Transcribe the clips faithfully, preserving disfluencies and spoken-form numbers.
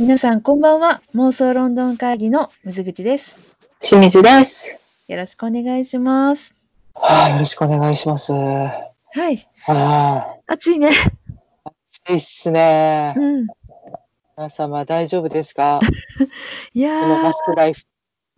皆さんこんばんは。妄想ロンドン会議の水口です。 清水です。 よろしくお願いします。 はあ、よろしくお願いします。ははい。 あ、 暑いね。 暑いっすね。 うん。 皆様大丈夫ですか？ いやこのマー、 スクライフ。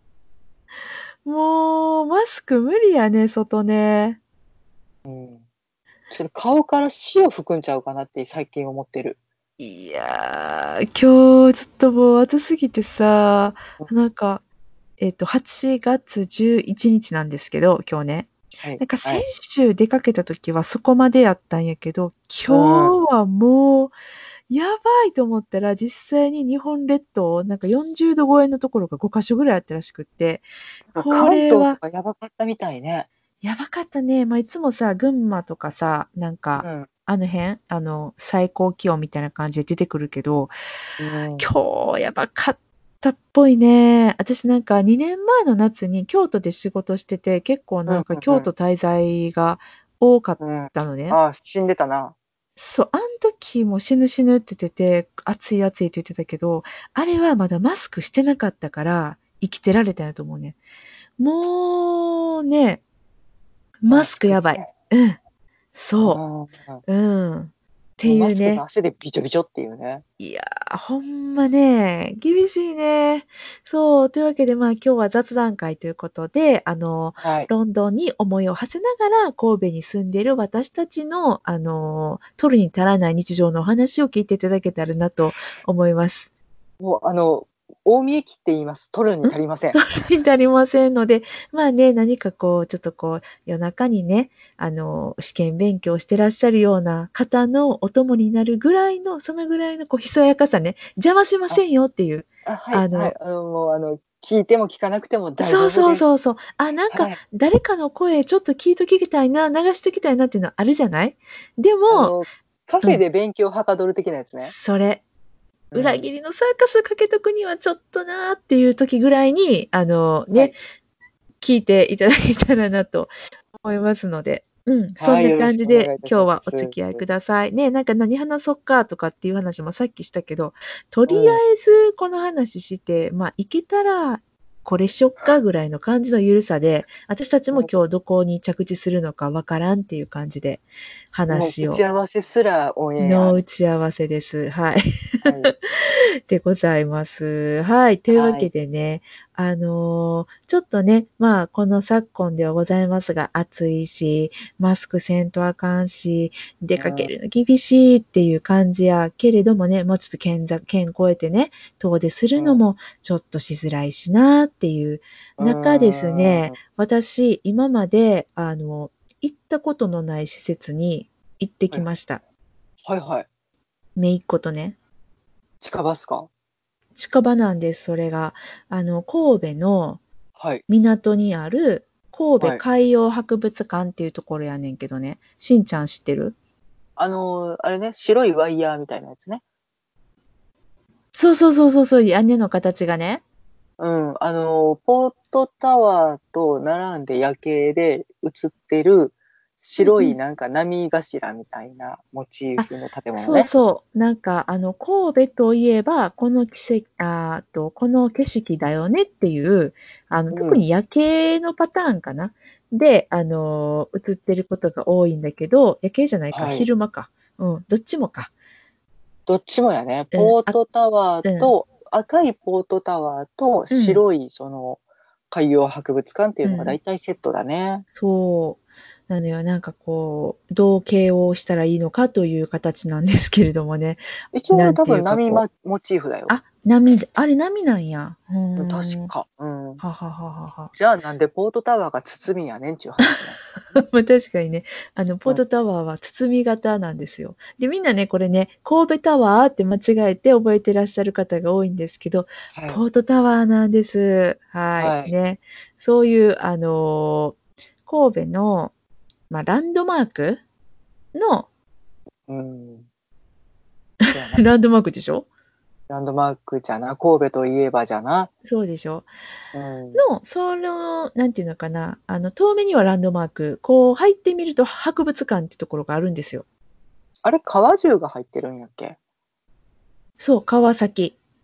もうマスク無理やね、外ね。 うん。ちょっと顔から塩吹くんちゃうかなって最近思ってる。 いやー、今日ずっともう暑すぎてさ、なんか、えっと、はちがつじゅういちにちなんですけど、今日ね。 はい、 なんか先はい。 週出かけた時はそこまでやったんやけど、 うんうん。 今日はもう、やばいと思ったら、実際に日本列島、なんかよんじゅうど超えのところがごかしょぐらいあったらしくって、こ関東とれはかやばかったみたいね。 やばかったね。まあ、いつもさ、群馬とかさ、なんか、 うん。 あの辺、あの、最高気温みたいな感じで出てくるけど、 うん。 今日やばかったっぽいね。私なんかにねんまえの夏に京都で仕事してて、結構うんなんかうんうん京都滞在が多かっうん。 たのね。 ああ、死んでたな。 そう、あん時も死ぬ死ぬって言ってて、暑い暑いって言ってたけど、あれはまだマスクしてなかったから、生きてられたんやと思うね。もうね、ママスクやばい。 スクね。 うん、そああ、 う。うん。ってもうマスクがいうね。 汗でびちょびちょっていうね。 いやー、ほんまね、厳しいね。そう、というわけで、まあ今日は雑談会ということで、あの、 はい。 ロンドンに思いを馳せながら神戸に住んでいる私たちの、あの、取るに足らない日常のお話を聞いていただけたらなと思います。 もうあの、大見駅って言います。取るにん足りません。 取るに足りませんので、まあね、何かこう、ちょっとこう、夜中にね、あの、試験勉強してらっしゃるような方のお供になるぐらいの、そのぐらいのこう、ひそやかさね、邪魔しまあ、 せんよっていう、 あ、はい、はい。 あの、 あの、もう、あの、聞いても聞かなくても大そう丈夫です。 そうそうそう。あ、なんかはい。 誰かの声ちょっと聞いときたいな、流しときたいなっていうのはあるじゃない？でも、 あの、カうん、 フェで勉強はかどる的なやつね。 それ、 うん。 裏切りのサーカスかけとくにはちょっとなっていう時ぐらいに、あの、ね、 はい。 聞いていただけたらなと思いますので、うん、そんはい、 なよろし感じでくお願いいたし今日はお付ます。 き合いください。ね、なんか何話そうかとかっていう話もさっきしたけど、とりあうん。 えずこの話して、まあ、いけたらこれしよっかぐらいの感じのゆるさで、私たちも今日どこに着地するのかわからんっていう感じでもう話を打ち合わせすらオンエアの打みち合わせです。はい。 はい。 でございます。はい。というわけはい。 でね、あの、ちょっとね、まあ、この昨今ではございますが、暑いし、マスクせんとあかんし、出かけうん。 るの厳しいっていう感じや、けれどもね、もうちょっと県ざ県越えてね、遠出すうん。 るのもちょっとしづらいしなっていうう中ですね、 ーん。 私、今まで、あの、行ったことのない施設に行ってはい。 きました。 はいはい。 姪っ子とね。 近場っすか？ 近場なんです、それが。あの、神戸のはい。 港にある神戸はい。 海洋博物館っていうところやねんけどね。しんちゃん知ってる？ あの、あれね、白いワイヤーみたいなやつね。 そうそうそうそうそう、屋根の形がね。 うん、あの、ポートタワーと並んで夜景で映ってる白うんうん。 いなんか波頭みたいなモチーあ、 フの建物そうね。 そう。なんか、あの、神戸といえば、この奇跡、あーと、この景色だよねっていう、あの、 うん。 特に夜景のパターンかな。で、あのー映ってることが多いんだけど、夜景じゃないか、 はい。 昼間か。うん、どっちもか。 どっちもやね。 うん、 ポーあ、 トタワーうん、 と、赤いポートタワーとうん、 白いその海洋博物館っていうのがうん。 大体セットだね。 そう。なのよ、なんかこう、どう形容したらいいのかという形なんですけれどもね。 一なんてい応多分うかこう、 波まモチーフだよ。 あ、波、あれ波なんや。うーうん確ん。はか。うん。 はははは。 じゃあなんでポートタワーが包みやねんちゅう話なんですけどね。 まあ確かにね、あの、ポうん。 ートタワーは包み型なんですよ。で、みんなね、これね、神戸タワーって間違えて覚えてらっしゃる方が多いんですけど、 はい。 ポートタワーなんです。はい。 はい。 ね。そういう、あのー神戸の、まあ、ランドマークの、 うん。そやな。 ランドマークでしょ？ ランドマークじゃな。神戸といえばじゃな。 そうでしょ？ うん。 の、その、なんていうのかな、あの、遠目にはランドマーク、こう入ってみると博物館ってところがあるんですよ。 あれ、川中が入ってるんやっけ？ そう、川崎。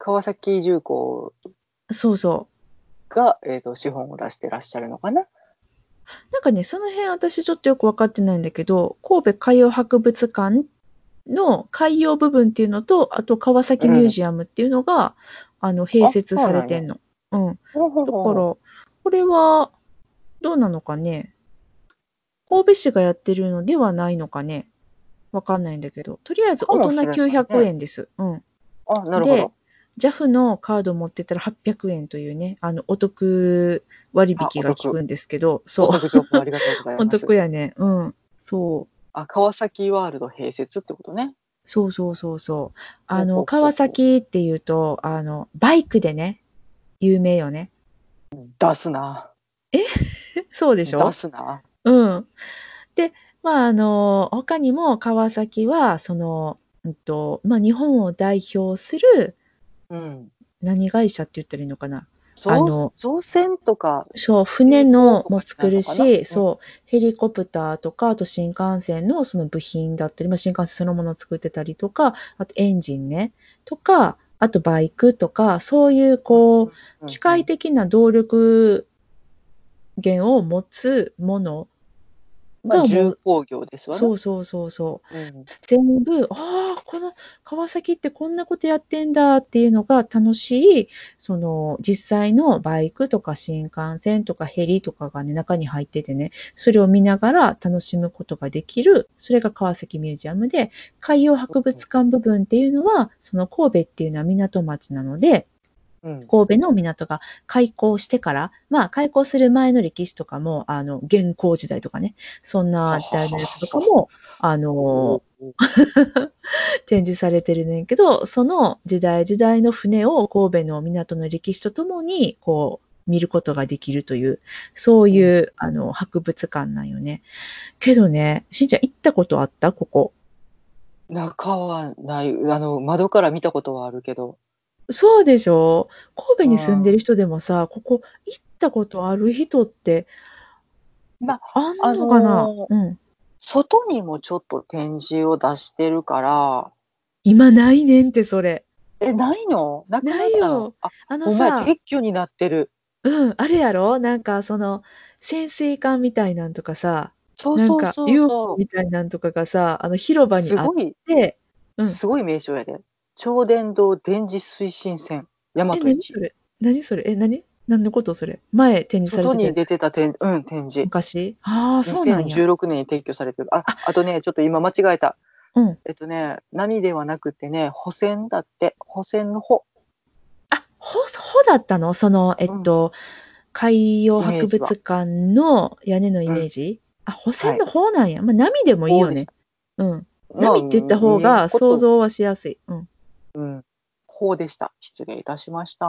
川崎重工そうそが、えっ、と、資本を出してらっしゃるのかな。 う。なんかね、その辺私ちょっとよく分かってないんだけど、神戸海洋博物館の海洋部分っていうのと、あと川崎ミュージアムっていうのが、あの、併あ、 設そうなんや。 されてんの。うん。 ほうほうだから、 ほうほこれはどうなのかね。神戸市がやってるのではないのかね。わかんないんだけど、とりあえう。 ず大人かもしれ 900 ないね。 円です。うん。 あ、なるほで、 ど。 ジャフ のカード持ってたらはっぴゃくえんというね、あの、お得割あ、 引お得。 が効くんですけど、 おそう。 得情報ありがとうございおます。 得やね。うん。そう。 あ、川崎ワールド併設ってことね。 そうそうそうそう。あの、 ほうほうほ川うほ崎っていうと、あの、バイクでね、有名よね。 う。出すな。 そうでし出ょ？ すな。 うん。で、まあ、あの、他にも川崎は、その、うんと、まあ、日本を代表する、 うん。 何会社って言ったらいいのかな。あ造の、 造船とかそう、船製鋼のもとかにな作るるのかな。 し、 うん。 そう、ヘリコプターとか、あと新幹線のその部品だったり、まあ、新幹線そのものを作ってたりとか、あとエンジンね、とか、あとバイクとか、そういうこう、 うん機うん。 械的な動力源を持つものまあ、 がもう、 重工業ですわな。 そうそうそうそう。 うん。 全部、ああ、この川崎ってこんなことやってんだっていうのが楽しい、その実際のバイクとか新幹線とかヘリとかがね、中に入っててね、それを見ながら楽しむことができる、それが川崎ミュージアムで、海洋博物館部分っていうのは、その神戸っていうのは港町なので、 うん。 神戸の港が開港してから、まあ開港する前の歴史とかも、あの、元寇時代とかね、そんな時ははは代のやつとかは。 も、あおの、 お。 展示されてるねんけど、その時代時代の船を神戸の港の歴史とともに、こう、見ることができるという、そううん。 いう、あの、博物館なんよね。けどね、しんちゃん行ったことあった？ここ。 中はない。あの、窓から見たことはあるけど。 そうでしょ？神戸うに住んでるん。 人でもさ、ここ行ったことある人ってま、 あんあのかな？ の、 うん。 外にもちょっと展示を出してるから今ないねんってそれ。 え、ないの？なくななったの？ いよ。 あ、 あのほんまや、 さ、 撤去になってる。 うん、あれやろ？なんかその、潜水艦みたいなんとかさ、 そうなんかそうそうユーフォーそう。 みたいなんとかがさ、あの広場にあっすごいて、うん。 すごい名称やで。超電導電磁推進船、大和え、何一。 それ？何それ？え、何？何のことそれ？前展示されてたやつ？ 外に出てたてんうん、展示。 昔？ああ、そうなん 2016 や。 年に撤去されてる。あ、 あ、 あとね、ちょっと今間違えた。 うん。 えっとね、波ではなくてね、保線だって。保線の保。 あ、ほほだったの？その、えっうん、 と、海洋イメージは。 博物館の屋根のイうん、 メージ？あ、保線はい。 の方なんや。ま、波でもいいよね。 保でした。 うん。 まあ、 波って言った方見えんが想こと像はしやすい。うん。 うん、保でした。失礼いたしました。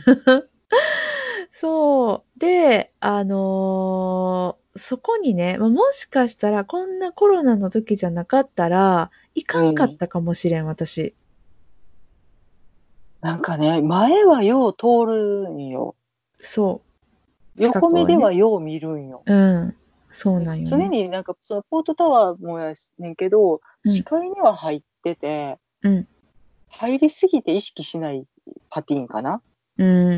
そう。で、あの、そこにね、ま、もしかしたらこんなコロナの時じゃなかったら、行かんかっうん。 たかもしれん、私。 なんかね、前はよう通るんよ。 そう、近横目でくをね。 はよう見るんよ。 うん、そうで、 なんよね。 常になんかそのポートタワーもやしねんけど、 うん、 視界には入ってて、 うん、 入りすぎて意識しないパティーンかな。 うん、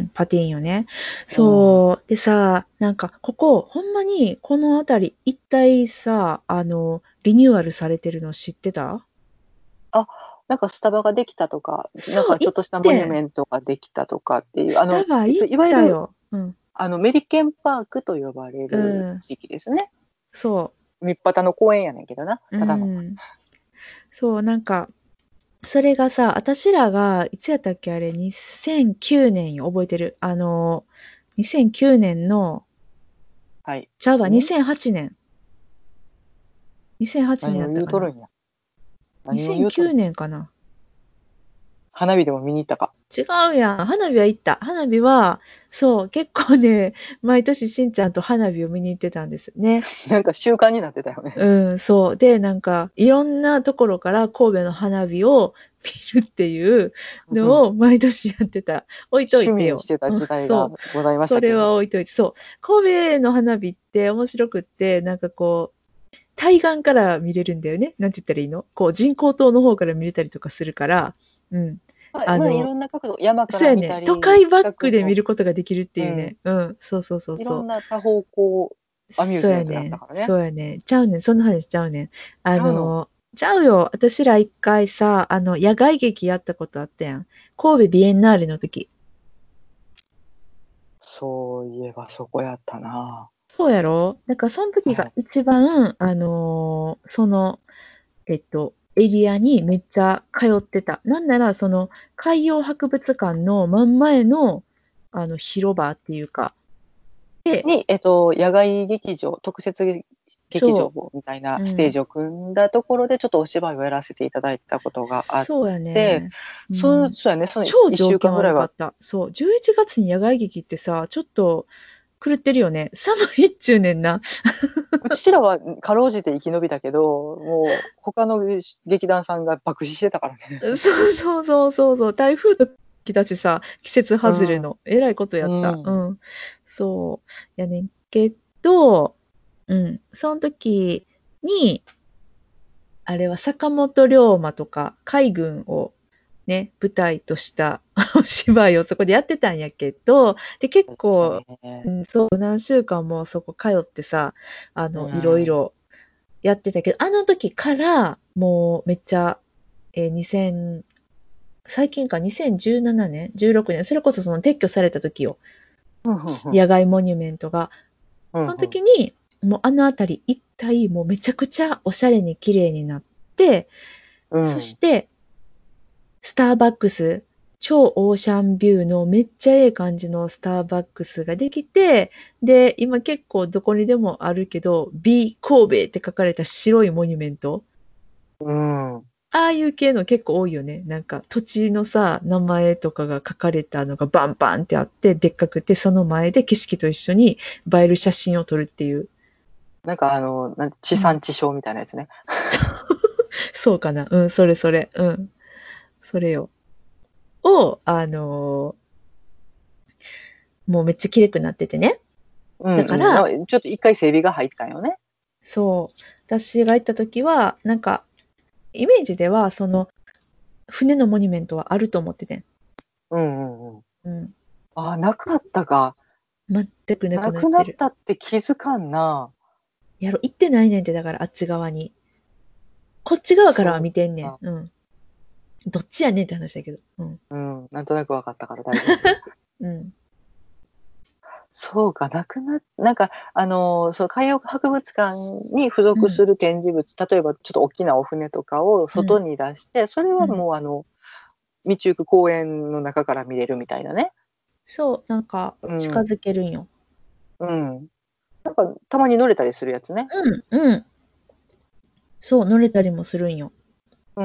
パティーンよね。 うん。 そう、でさ、なんかここ、ほんまにこの辺り一帯さ、あの、リニューアルされてるの知ってた？ あ、なんかスタバができたとか、なんそう、行っかちょっとしたモニュてん。 メントができたとかっていう、あスタの、えっと、 バ行っいわゆる、 たよ。うん、 あの、メリケンパークと呼ばれうるん、 地域ですね。 そみっぱたの公園やねんけどな、 う、うただの。 ん。そう、なんか、それがさ、私らがいつやったっけ、あれ、にせんきゅうねんよ、覚えてる。あの、にせんきゅうねんのはい。 ちゃうわ、 ん？ にせんはちねん。にせんはちねん何をやったかな。 言うとるんや。何を言う 2009 とるんや。 年かな。 花火でも見に行ったか。 違うやん。花火は行った。花火は、そう、結構ね、毎年しんちゃんと花火を見に行ってたんですね。 なんか習慣になってたよね。 うん、そう。で、なんか、いろんなところから神戸の花火を見るっていうのを毎年やってた。置いとい趣てよ。 味にしてたうん、 時代がそう。 ございましそれたけど。 は置いといて。そう。神戸の花火って面白くって、なんかこう、対岸から見れるんだよね。なんて言ったらいいの？こう、人工島の方から見れたりとかするから、うん。 まあ、 あまあ、いの、 ろんな角度、山かそうやね。 ら見たり、 都会バッ近くの、 クで見ることができるってうん、 いうね。うん。そうそうそういろそう。 んな多方向アミューそうズメントだったやね。 からね。 そうやね。ちゃうねん。そんな話ちゃうねん。あちゃうの？ の、ちゃうよ。私ら一回さ、あの、野外劇やったことあったやん。神戸ビエンナーレの時。 そういえばそこやったな。 そうやろだからその時がうん。 一番、あのーその、えっと、エリアにめっちゃ通ってた。なんなら、その、海洋博物館の真ん前の、あの、広場っていうか、で、 に、えっと、野外劇場、特設劇場そみたいなう、うん。 ステージを組んだところで、ちょっとお芝居をやらせていただいたことがあっそうやて、 ね。うそうん。 そうやね、その超 1週条件間ぐらいは、 悪かった。そう。じゅういちがつに野外劇ってさ、ちょっと狂ってるよね。寒いっちゅうねんな。 うちらはかろうじて生き延びたけど、もう他の劇団さんが爆死してたからね。 そうそうそうそうそう。台風と来たしさ、季節うん。 外れの。えらいことやった。ううん。 ん。そう。やねんけど、うん。その時に、あれは坂本龍馬とか海軍をね、舞台としたお芝居をそこでやってたんやけど、で、結です構、うね。 ん、そう、何週間もそこ通ってさ、あうの、いろいん。 ろやってたけど、あの時からもうめっちゃ、えー、にせん、最近かにせんじゅうななねん、じゅうろくねん、それこそその撤去された時よ、 うんうんうん。 野外モニュメントが。そのうんうん。 時に、もうあの辺り一体もうめちゃくちゃおしゃれに綺麗になって、そしうん。 て、スターバックス、超オーシャンビューのめっちゃええ感じのスターバックスができて、で、今結構どこにでもあるけど、B 神戸って書かれた白いモニュメント。 うん。 ああいう系の結構多いよね。なんか土地のさ、名前とかが書かれたのがバンバンってあって、でっかくて、その前で景色と一緒に映える写真を撮るっていう。 なんかあの、なん地うん。 産地消みたいなやつね。 そうかな。うん、それそれ。うん。それよ。を、あのーもうめっちゃ綺麗くなっててね。 うんうん。 だから、 あ、ちょっと一回整備が入ったんよね。 そう。私が行った時は、なんか、イメージでは、その、船のモニュメントはあると思っててん。 うんうんうん。 うん。 あ、なかったか。 全くなくなくなっなってる。 たって気づかんな。 やろ、行ってないねんって、だからあっち側に。こっち側からはそう見てんねか。 ん。うん。どっちやねんって話だけど。うん。 うん。なんとなく分かったから大丈夫。 うん。 そうか、なくなっなんか、あの、そう、海洋博物館に付うん。 属する展示物、例えばちょっと大きなお船とかをうん。 外に出して、それはうん。 もうあの、道行く公園の中から見れるみたいなね。 そう、なんか、近うん。 づけるんよ。 うん。なんか、たまに乗れたりするやつね。 うん。うん。そう、乗れたりもするんよ。 うん。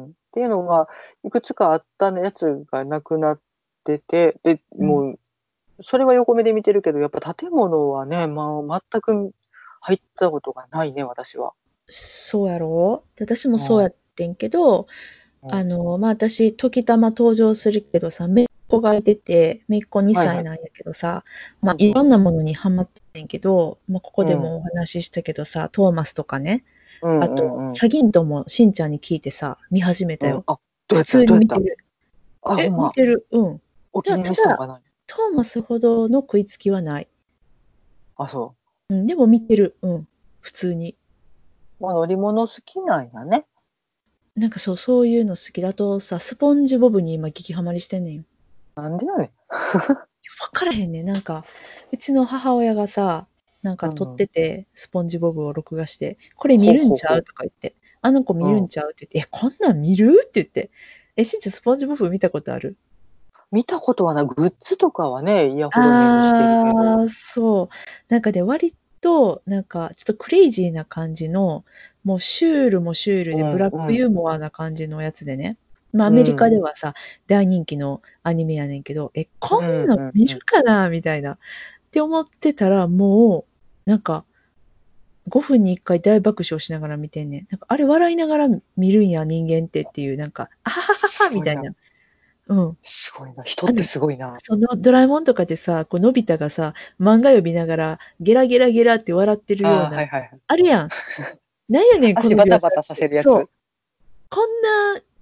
っていうのが、いくつかあったやつがなくなってて、で、 うん。 もう、それは横目で見てるけど、やっぱ建物はね、まあ、全く入ったことがないね、私は。 そうやろで私もうん。 そうやってんけど、 うん。 あの、まあ、私、時たま登場するけどさ、姪っ子がいてて、姪っ子はいはい。 にさいなんやけどさ、まあ、 うんうん。 いろんなものにハマってんけど、まあ、ここうん。 でもお話ししたけどさ、トーマスとかね、 うんうあと、 んうん。 チャギントンもしんちゃんに聞いてさ、見始めたうん。 よ。 あ、どうやった普通どうやった？ に見てる。 あ、ほえ、 んま。 見てる。うん。たお気に召したんただ、 かな？ トーマスほどの食いつきはない。 あ、そうん、でも見てる。うん。普通に。 う。まあ、乗り物好きなんやね。 なんかそう、そういうの好きだとさ、スポンジボブに今激ハマりしてんねんよ。 なんでやねん。 わからへんねん。なんか、うちの母親がさ、なんか撮っうん。 てて、スポンジボブを録画して、これ見ほうるんちゃうほうほとか言って、あの子う。うん。 見るんちゃうって言って、え、こんなん見るって言って、え、しんちゃんスポンジボブ見たことある？ 見たことはない。グッズとかはね、いやほど目にしてるけど。 ああ、そう。なんかね、割と、なんか、ちょっとクレイジーな感じの、もうシュールもシュールうで、ブラッんうん。 クユーモアな感じのやつでね。まあ、アメリカうん。 ではさ、大人気のアニメやねんけど、え、こうんんなん見うんうん。 るかなみたいな。って思ってたら、もう、なんか、ごふんにいっかい大爆笑しながら見てんねん。なんか、あれ笑いながら見るんや、人間ってっていう、なんか、あははははすごいな。 みたいな。うん。 すごいな。人ってあの、 すごいな。 そのドラえもんとかでさ、こう、のび太がさ、漫画読みながら、ゲラゲラゲラって笑ってるようああ、 な、 はいはいはい。 あるやん。なんやねん、こ足のバタバタさ描写って。そう。 せるやつ。 こんな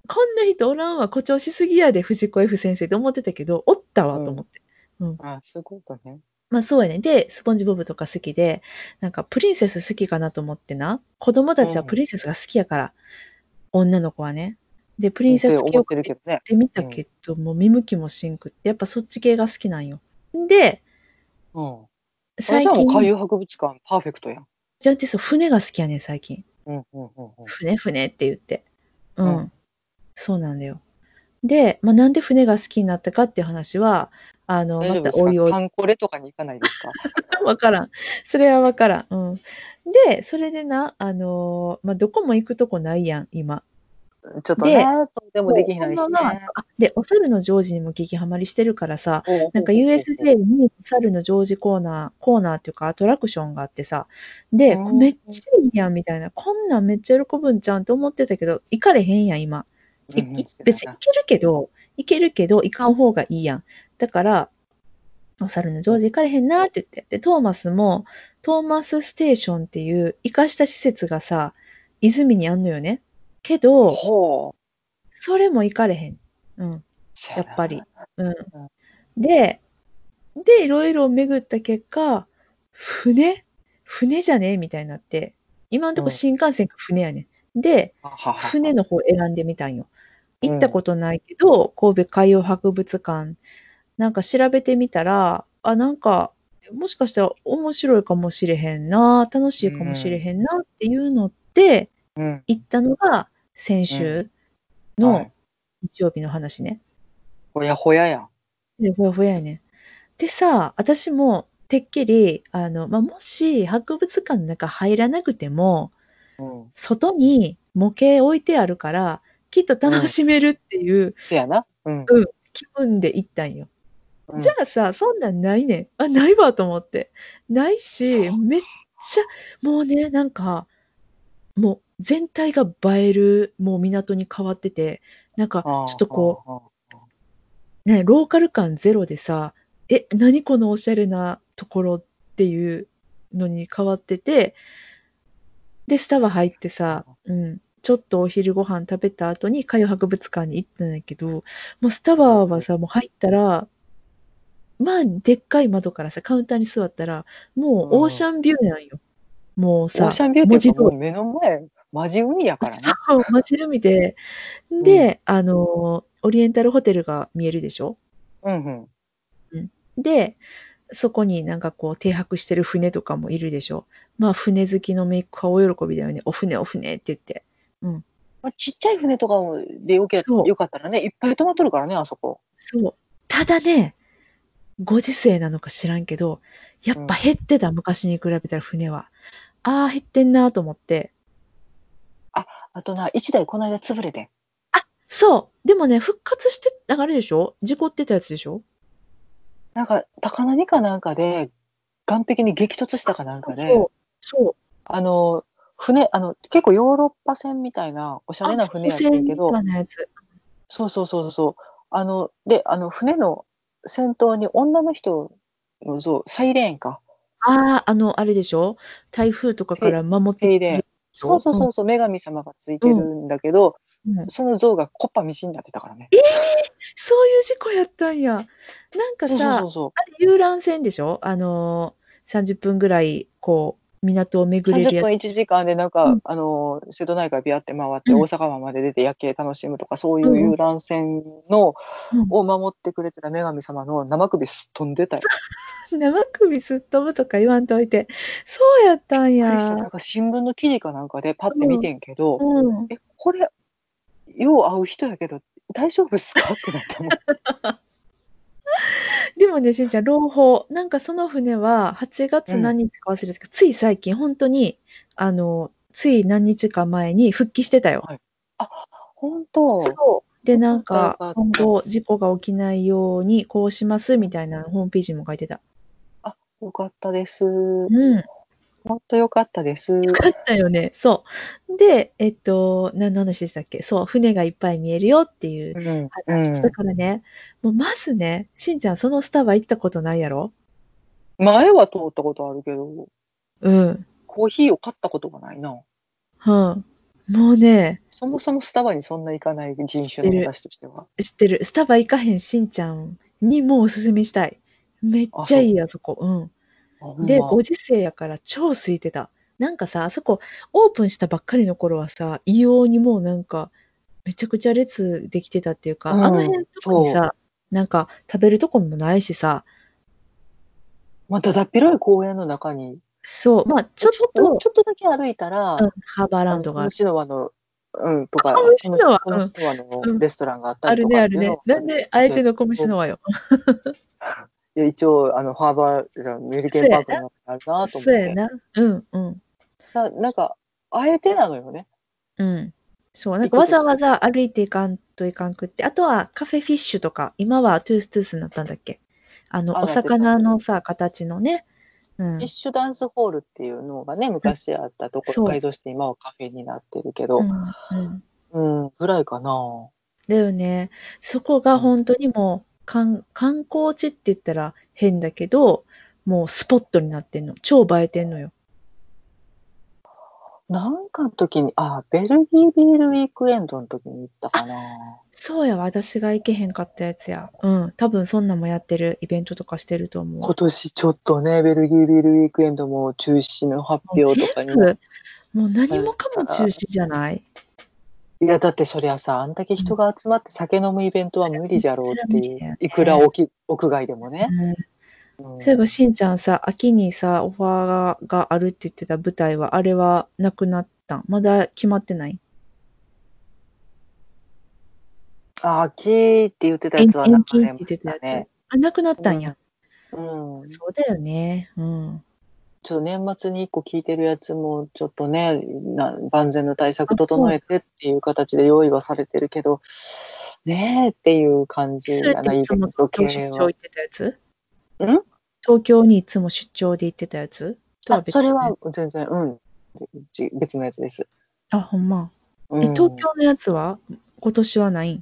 こんな人おらんわ、誇張しすぎやで、藤子 F 先生って思ってたけど、おったわとうん。 思って。うん。 あ、そういうことね。 まあそうやね。で、スポンジボブとか好きで、なんかプリンセス好きかなと思ってな。子供たちはプうリンセスが好きやから、女の子はね。で、プリん。っンセて思ってス系をかけるけどね。 てみたうん。 けど、もう見向きもしんくって、やっぱそっち系が好きなんよ。で、 うん。あ、じゃあもう最近、 海洋博物館パーフェクトやん。 じゃあティス船が好きやねん、最近。 うん、うん、うん、うん。 船、船って言って。ううん。 ん。そうなんだよ。で、まあ、なんで船が好きになったかっていう話は、あの、ま大丈夫ですか？ たおいおい、 カンコレとかに行かないですか？ わからん。それはわからん。うん。で、それでな、あの、まあ、どこも行くとこないやん、今。 ちょっとで、 な、とでもでそう、 きないほんまは、 しね。 あ、で、お猿のジョージにも激ハマりしてるからさ、 ほうほうなんかほうほうほう。 ユーエスジェー にお猿のジョージコーナーコーナーっていうか、アトラクションがあってさ、 うで、こめっーん。 ちゃいいやんみたいな、こんなんめっちゃ喜ぶんちゃうんと思ってたけど、行かれへんやん、今。いうんうん、 いしてないな。 別に行けるけど行けるけど、行かん方がいいやん。だから、お猿のジョージ行かれへんなって言って。で、トーマスも、トーマスステーションっていう生かした施設がさ、泉にあんのよね。けど、 ほう。 それも行かれへん。うん。 そやな。 やっぱり。うん。 うん。 で、で、いろいろ巡った結果、船船じゃねみたいになって、今んとこうん。 新幹線か船やねん。で、 はははは。 船の方選んでみたんよ。行ったうん。 ことないけど、神戸海洋博物館、なんか調べてみたら、あ、なんか、もしかしたら面白いかもしれへんな、楽しういかもしれん。 へんなっていうので、 うん。 行ったのが先うん。 週のはい。 日曜日の話ね。 ほやほややん。 で、ほやほややねん。でさ、私もてっきり、あの、まあ、もし博物館の中入らなくても、 うん。 外に模型置いてあるから、きっと楽うん。 しめるっていう、 せやな。うん。 うん、気分で行ったんよ。じうん。 ゃあさ、そんなんないねん。あ、ないわと思って。ないし、 そうめっちゃ、もうね、なんか、もう全体が映える、もう港に変わってて、なんかか。はちょっとあはこあはあ。 う、ね、ローカル感ゼロでさ、え、何このおしゃれなところっていうのに変わってて、で、スタバ入ってさ、うん、ちょっとお昼ご飯食べた後に海洋博物館に行ったんやけど、もうスタバはさ、もう入ったら、まあ、でっかい窓からさ、カウンターに座ったら、もうオーうん。 シャンビューなんよ。もうさ、 オーシャンビューっていうか、 文字通り。 もう目の前、マジ海やからな。 そう、街並みで、 うん。 で、あの、オリエンタルホテルが見えるでしょ？ うんうん。 うん。で、そこになんかこう停泊してる船とかもいるでしょ？まあ、船好きの姪っ子は大喜びだよね。お船お船って言って。うん。 ま、ちっちゃい船とかもでよけそう、 よかったらね、いっぱい止まっとるからね、あそこ。 そう。ただね、ご時世なのか知らんけど、やっぱうん。 減ってた、昔に比べたら船は。ああ、減ってんなと思って。 あ、あとな、いちだいこないだ潰れてん。 あ、そう。でもね、復活してなんかあれでしょ？事故ってたやつでしょ？ なんか、高波かなんかで、岸壁に激突したかなんかで、 そうそう。そう。 あの、船あの、結構ヨーロッパ船みたいなおしゃあ、 れな船やっそう、船みてんけど、 たいなやつ。 そうそうそうそう。あの、で、あの、船の先頭に女の人の像、サイレーンか。 ああ、あの、あれでしょ？台風とかかセら守ってくれるセイレーン。そう人？うん、 そうそうそう、女神様がついてうん、 るんだけど、 うん。 その像が木っ端みじんになってたからね。 ええ！そういう事故やったんや。なんかそうそうそさ、 うそう。 あれ遊覧船でしょ？あの、さんじゅっぷんぐらい、こう、港を巡れ 30 るやつ。 分いちじかんでなんか、 うん、 あの、瀬戸内海ビャって回っうん、 て大阪湾まで出て夜景楽しむとか、そういうんうん、 う遊覧船のうん。 を守ってくれてた女神様の生首すっ飛んでたよ。 生首すっ飛ぶとか言わんといて。そうやったんびっくりした。 や。 なんか新聞の記事かなんかでパッて見うん、 てんけど、 うん。 え、これ、よう会う人やけど、大丈夫っすかってなったもん。 でもね、しんちゃん、朗報。なんかその船ははちがつうん。 何日か忘れたけど、つい最近ほんとに、あの、つい何日か前に復帰してたよ。 はい。あ、ほんと。 そう。で、 よかなんか、 ったよかった。 今後事故が起きないようにこうしますうん。 みたいなホームページにも書いてた。 あ、よかったです。 うん。 ほんとよかったです。 よかったよね。そう。で、えっと、何の話でしたっけ？そう、船がいっぱい見えるよっていううん、う話。だん。 からね、もうまずね、しんちゃんそのスタバ行ったことないやろ？ 前は通ったことあるけど、 うん。 コーヒーを買ったことがないな。 うん。 もうね、 そもそもスタバにそんな行かない人知ってる、 種の私としては。 知ってる。スタバ行かへんしんちゃんにもおすすめしたい。めっあ、 ちゃいい、 そあそこ。うん。 う。あ、ほんで、 ま。 ご時世やから超空いてた。なんかさ、あそこオープンしたばっかりの頃はさ、異様にもうなんか、めちゃくちゃ列できてたっていうか、あのうん、 辺特にそう。 さ、なんか食べるとこもないしさ、 まあ、だだっ広い公園の中に、 そう、まあちょっちょもうと、 ちょっとだけ歩いたら、 うん、ハーバーラあの、 ンドがある。 コムシノワの、うん、とあ、コか、 ムシノワ、 コムシコムシノワのうん、うん。 レストランがあったあるりとねあるね。 かっていうのを、 なんであえてけのコムシど、 ノワよ。 いや、一応、あの、ハーバー、じゃメリケそうやンパークの中にあるなな。 と思って。 そうやな。うんうん。 さ、なんか、あえてなのよね。 うん。そう、なんかわざわ行くとして。 ざ歩いていかんといかんくって、あとはカフェフィッシュとか、今はトゥーストゥースになったんだっけ？あの、 あ、 おなってるなってる。 魚のさ、形のね。うん。 フィッシュダンスホールっていうのがね、 うん、 昔あったところそう。 改造して今はカフェになってるけど、 うんうん。 うん、ぐらいかな。 だよね。そこがうん。 ほんとにもう、かん観光地って言ったら変だけど、もうスポットになってんの。超映えてんのよ。 なんかの時に、あ、ベルギービールウィークエンドの時に行ったあ、 かな。 そうやわ、私が行けへんかったやつや。うん、多分そんなんもやってる、イベントとかしてると思うわ。 今年ちょっとね、ベルギービールウィークエンドも中止の発もう全表とかになっ部、もう何もたかも中止から。 じゃない？ いや、だってそりゃさ、あんだけうん。 人が集まって酒飲むイベントはそれうん、 無理じゃろうそれはっていう、 無理だよいくらね。 おき屋外でもね。 うん。 うそういえばん。 しんちゃんさ、秋にさ、オファーがあるって言ってた舞台は、あれはなくなったん？まだ決まってない？ あ、秋って言ってたやえんつは流延期って言っれまてたやつ？ したね。 あ、なくなったんや。 うん。うん。 そうだよね。うん。 ちょっと年末にいっこ聞いてるやつも、ちょっとね、な万全の対策あ、そう。 整えてっていう形で用意はされてるけど、ねえっていう感じそれっやな、 ていつもイベント東京出系は。 張行ってたやつ？ ん？ 東京にいつも出張で行ってたやつとはあ、それ別のやつ？ は全然、うん、じ別のやつです。 あ、ほんま。 うえ、東ん。 京のやつは今年はないん？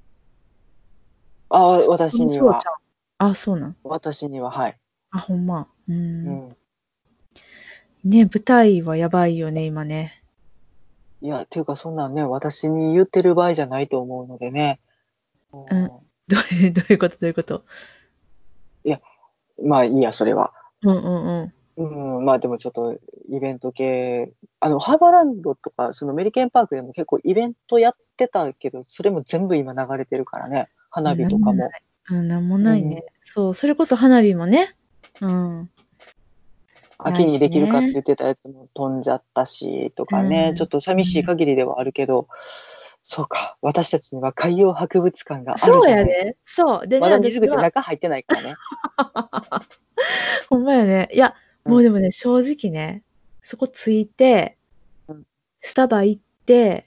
あ、 そりゃそうち私にはゃう。あ、そうなん。 私には、はい。 あ、ほんま。うーん。 うん。 ね、舞台はやばいよね、今ね。 いや、っていうかそんなんね、私に言ってる場合じゃないと思うのでね。ううん。 ん。 どういうどういうことどういうこと？ いや、まあいいや、それは。 うんうんうん。 うん、まあでもちょっとイベント系、あの、ハーバーランドとか、そのメリケンパークでも結構イベントやってたけど、それも全部今流れてるからね。花火なんもない。 とかも。 うん、なんもうん。 ないね。そう、それこそ花火もね、うん、ない秋にできるかってしね。 言ってたやつも飛んじゃったし、とうかね。ちょん、 っと寂しいうん。 限りではあるけど、そうか、私たちには海洋博物館があるそうじゃない。 やで。そう。でね、 まだ水口私は中入ってないからね。 ほんまやね。いや、 うん。 もうでもね、正直ね、そこ着いて、 うん。 スタバ行って、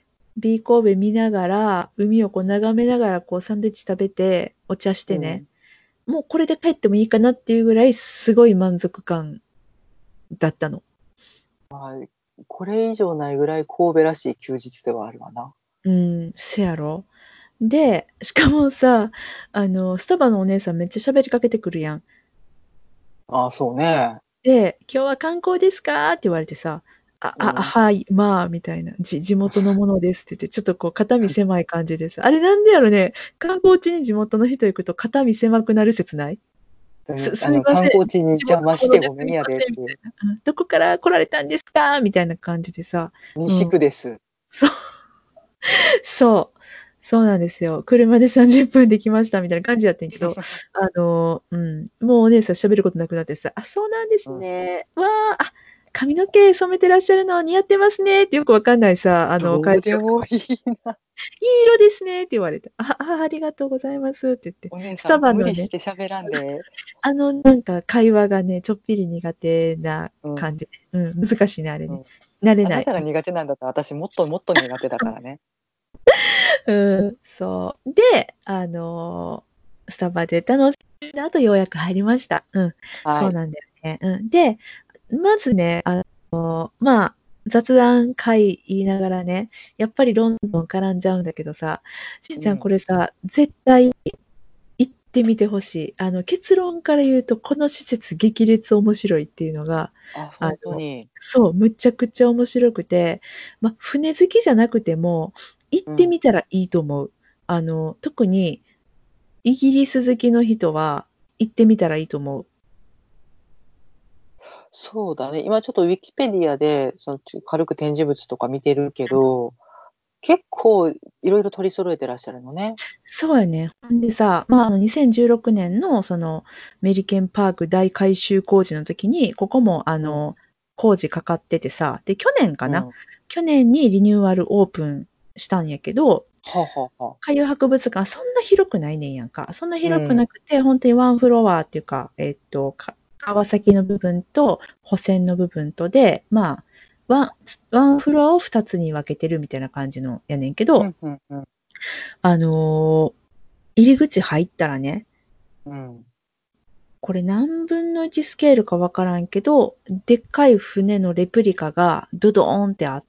ビー神戸見ながら、海をこう眺めながら、こうサンドイッチ食べて、お茶してね、 うん。 もうこれで帰ってもいいかなっていうぐらい、すごい満足感だったの。 はい。これ以上ないぐらい神戸らしい休日ではあるわな。 うん、せやろ。で、しかもさ、あの、スタバのお姉さんめっちゃ喋りかけてくるやん。 ああ、そうね。 で、今日は観光ですかって言われてさ、あ、あ、あうん。 はい、まあ、みたいな、じ地元のものですって言って、ちょっとこう、肩身狭い感じでさ、あれなんでやろね、観光地に地元の人行くと肩身狭くなる説ない？すうん、あの、 すみません、 観光地に地元邪魔のものですしてごめんやみません、みでっていう。 たいな。うん、どこから来られたんですかみたいな感じでさ、う西ん、 区です。 そう、そう、そうなんですよ。車でさんじゅっぷんで来ましたみたいな感じやってんけど、あの、うん、もうお姉さん喋ることなくなってさ、あ、そうなんですうん。 ね。わあ、あ、髪の毛染めてらっしゃるの似合ってますねってよくわかんないさ、あの、 どう会社の人でもいいな。 いい色ですねって言われて、あ、あ、ありがとうございますって言って、スお姉さん、無理しタバのね、 て喋らんで。 あの、なんか会話がね、ちょっぴり苦手なうん、 感じ。うん、難しいね、あれね。 うん。 慣れない。 あなたが苦手なんだったら、私もっともっと苦手だからね。 うん、そう。で、あの、スタバで楽しんだ後ようやく入りました。うん、 はい。 そうなんだよね。うん。で、まずね、あの、まあ、雑談会言いながらね、やっぱりロンドン絡んじゃうんだけどさ、しんちゃんこうん。 れさ、絶対行ってみてほしい。あの、結論から言うと、この施設激烈面白いっていうのが、 あ、 あ本当の、 に。 そう、むちゃくちゃ面白くて、ま、船好きじゃなくても、行ってうん。 みたらいいと思う。あの、特にイギリス好きの人は行ってみたらいいと思う。 そうだね。今ちょっとウィキペディアで、その、ち軽く展示物とか見てるけど、結構いろいろ取り揃えてらっしゃるのね。 そうやね。ほんでさ、まあ、あの、にせんじゅうろくねんのその、メリケンパーク大改修工事の時に、ここもあうん、 の、工事かかっててさ、で、去年かな、 うん。 去年にリニューアルオープンしたんやけど、 はあはあはあ。 海洋博物館そんな広くないねんやんか。そんな広くなうん、 くて、ほんとにワンフロアっていうか、えっと、か川崎の部分と保線の部分とで、まあ、ワンワンフロアをふたつに分けてるみたいな感じのやねんけど、 うんうんうん、 あの、入り口入ったらね、 うん、 これ何分のいちスケールかわからんけど、でっかい船のレプリカがドドーンってあって、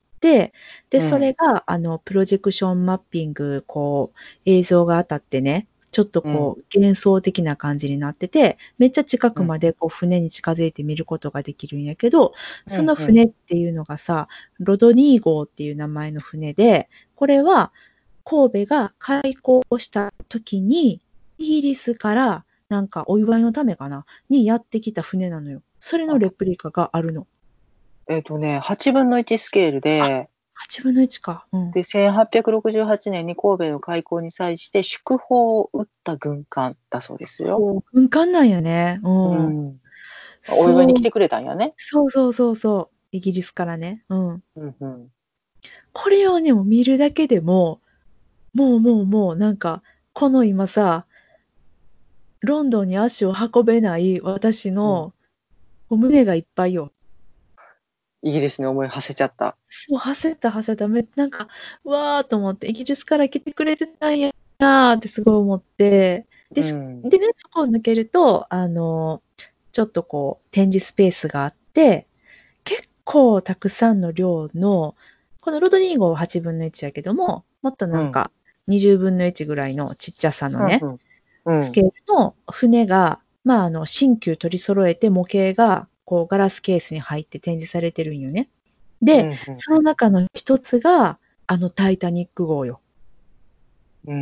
で、それうん、 が、あの、プロジェクションマッピング、こう、映像が当たってね、ちょっとうん、 こう、幻想的な感じになってて、めっちゃ近うん、 くまでこう船に近づいて見ることができるんやけど、そのうんうん。 船っていうのがさ、ロドニー号っていう名前の船で、これは神戸が開港した時に、イギリスからなんかお祝いのためかなにやってきた船なのよ。それのレあ、 プリカがあるの。 えっとね、はちぶんのいちスケールあ、 で、 はちぶんのいちか。うん。 で、せんはっぴゃくろくじゅうはちねんに神戸の開港に際して祝砲を打った軍艦だそうですよ。 そう、軍艦なんやね。 ううん。 ん。お祝いにそう、 来てくれたんやね。 そうそうそうそう。イギリスからね。うん。 うんうん。 これをね、もう見るだけでも、もうもうもうなんか、この今さ、ロンドンに足を運べない私うん。 のもう胸がいっぱいよ。 イギリスに思い馳せちゃった。 そう、焦った焦った。めなんか、わーと思って、イギリスから来てくれてたんやなーってすごい思って、で、しうん。 でね、そこを抜けると、あの、ちょっとこう、展示スペースがあって、結構たくさんの量の、このロドニー号ははちぶんのいちやけども、もっとうん。 なんかにじゅうぶんのいちぐらいのちっちゃさのね、 うんうん。うん。 スケールの船が、まあ、あの、新旧取り揃えて模型が、こう、ガラスケースに入って展示されてるんよね。で、 うんうんその中の一つが、あのタイタニック号よ。 うん。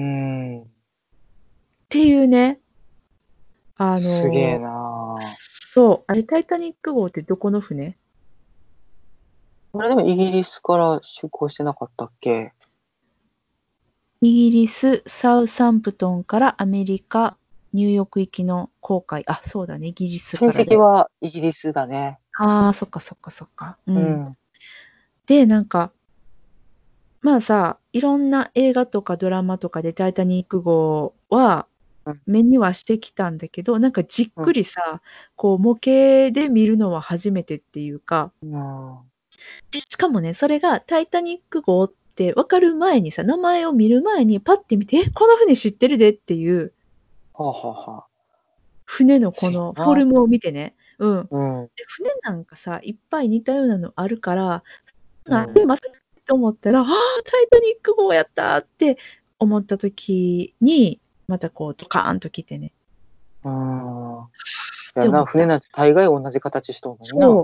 うーん。 っていうね、あすげえの、 なそう、あれタイタニック号ってどこの船？ あ。あれでもイギリスから出港してなかったっけ？ イギリス、サウサンプトンからアメリカ、ニューヨーク行きの航海。あ、そうだね、イギリス親からで。 戚はイギリスだね。 ああ、そっかそっかそっか。うん。 うん。 で、なんか、まあさ、いろんな映画とかドラマとかでタイタニック号はうん。 目にはしてきたんだけど、なんかじっうん。 くりさ、こう模型で見るのは初めてっていうか、 うん。 で、しかもね、それがタイタニック号って分かる前にさ、名前を見る前にパッて見て、え、この船知ってるでっていうはあはあはあ。 船のこせやな。 のフォルムを見てね、うん。 うん。 で、船なんかさ、いっぱい似たようなのあるから、なんでうん。 まさかと思ったら、ああ、タイタニック号やったって思った時に、またこうドカーンと来てね、 うーん。そやな、 って思った。 船なんて大概同じ形しとんのにな。 そう。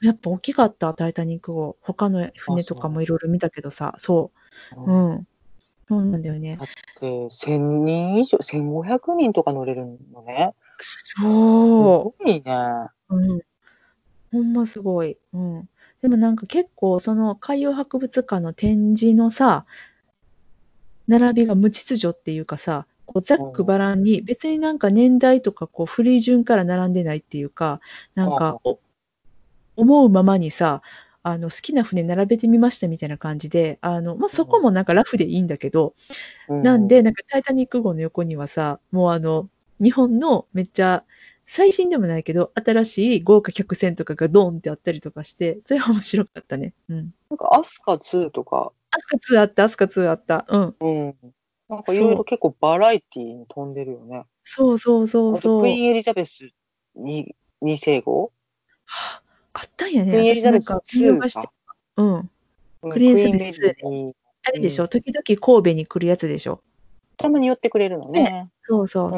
やっぱ大きかった、タイタニック号。他のあ、 船とかもそいろいろ見たけどさ、そう。 う。 うん。 うん。そうなんだよね。 だってせんにん以上、せんごひゃくにんとか乗れるのね。すそごいね。 う。うん。ほんますごい。うん。でもなんか結構その海洋博物館の展示のさ、並びが無秩序っていうかさ、こうざっくうん。 ばらんに、別になんか年代とかこう古い順から並んでないっていうか、なんはあはあ。 かお思うままにさ、あの好きな船並べてみましたみたいな感じで、あの、ま、そこうん。 もなんかラフでいいんだけど、なんで、 うん。 なんかタイタニック号の横にはさ、もうあの、日本のめっちゃ、最新でもないけど、新しい豪華客船とかがドーンってあったりとかして、それは面白かったね。うん。 なんかアスカツーとか、 アスカツーあった、アスカツーあった。うん。 うん。なんかいろいそう。 ろ結構バラエティに富んでるよね。 そうそうそうあとクイーそう。 ンエリザベスにに世号？ はあ、あったんやね。 クイーンエリザベス私なんか見ツー逃してか。 た。うん。 うん、 クリエンスクイーンメリベスツーね。 ーに、うん。 あれでしょ、時々神戸に来るやつでしょ。 たまに寄ってくれるのね。 ね。 そうそううん。 そう。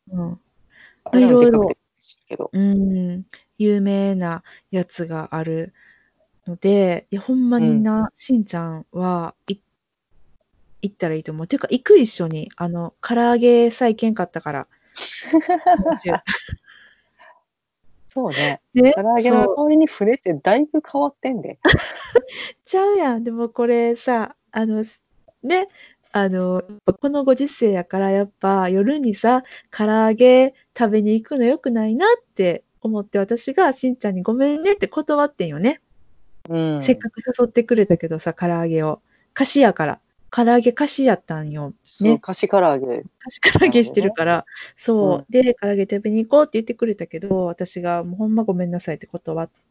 うん。 あれいろいろ、 でもでっかくてするけど。 うん、有名なやつがあるので、いや、ほんまうん。 にな、しんちゃんは、い行ったらいいと思う。ていうか、行く一緒に。あの、唐揚げさえ行けんかったから、今週。 そうね。 ね、 唐揚げのそう。 代わりに船ってだいぶ変わってんで。 ちゃうやん。でもこれさ、あの、ね、あの、このご時世やからやっぱ夜にさ、唐揚げ食べに行くの良くないなって思って私がしんちゃんにごめんねって断ってんよね。 うん。 せっかく誘ってくれたけどさ、唐揚げを。菓子やから。唐揚げ菓子やったんよ。 そう、 ね。 菓子唐揚げ菓子唐揚げしてるなのでね。 から、 うん。 そう。で、唐揚げ食べに行こうって言ってくれたけど、私がもうほんまごめんなさいって断って、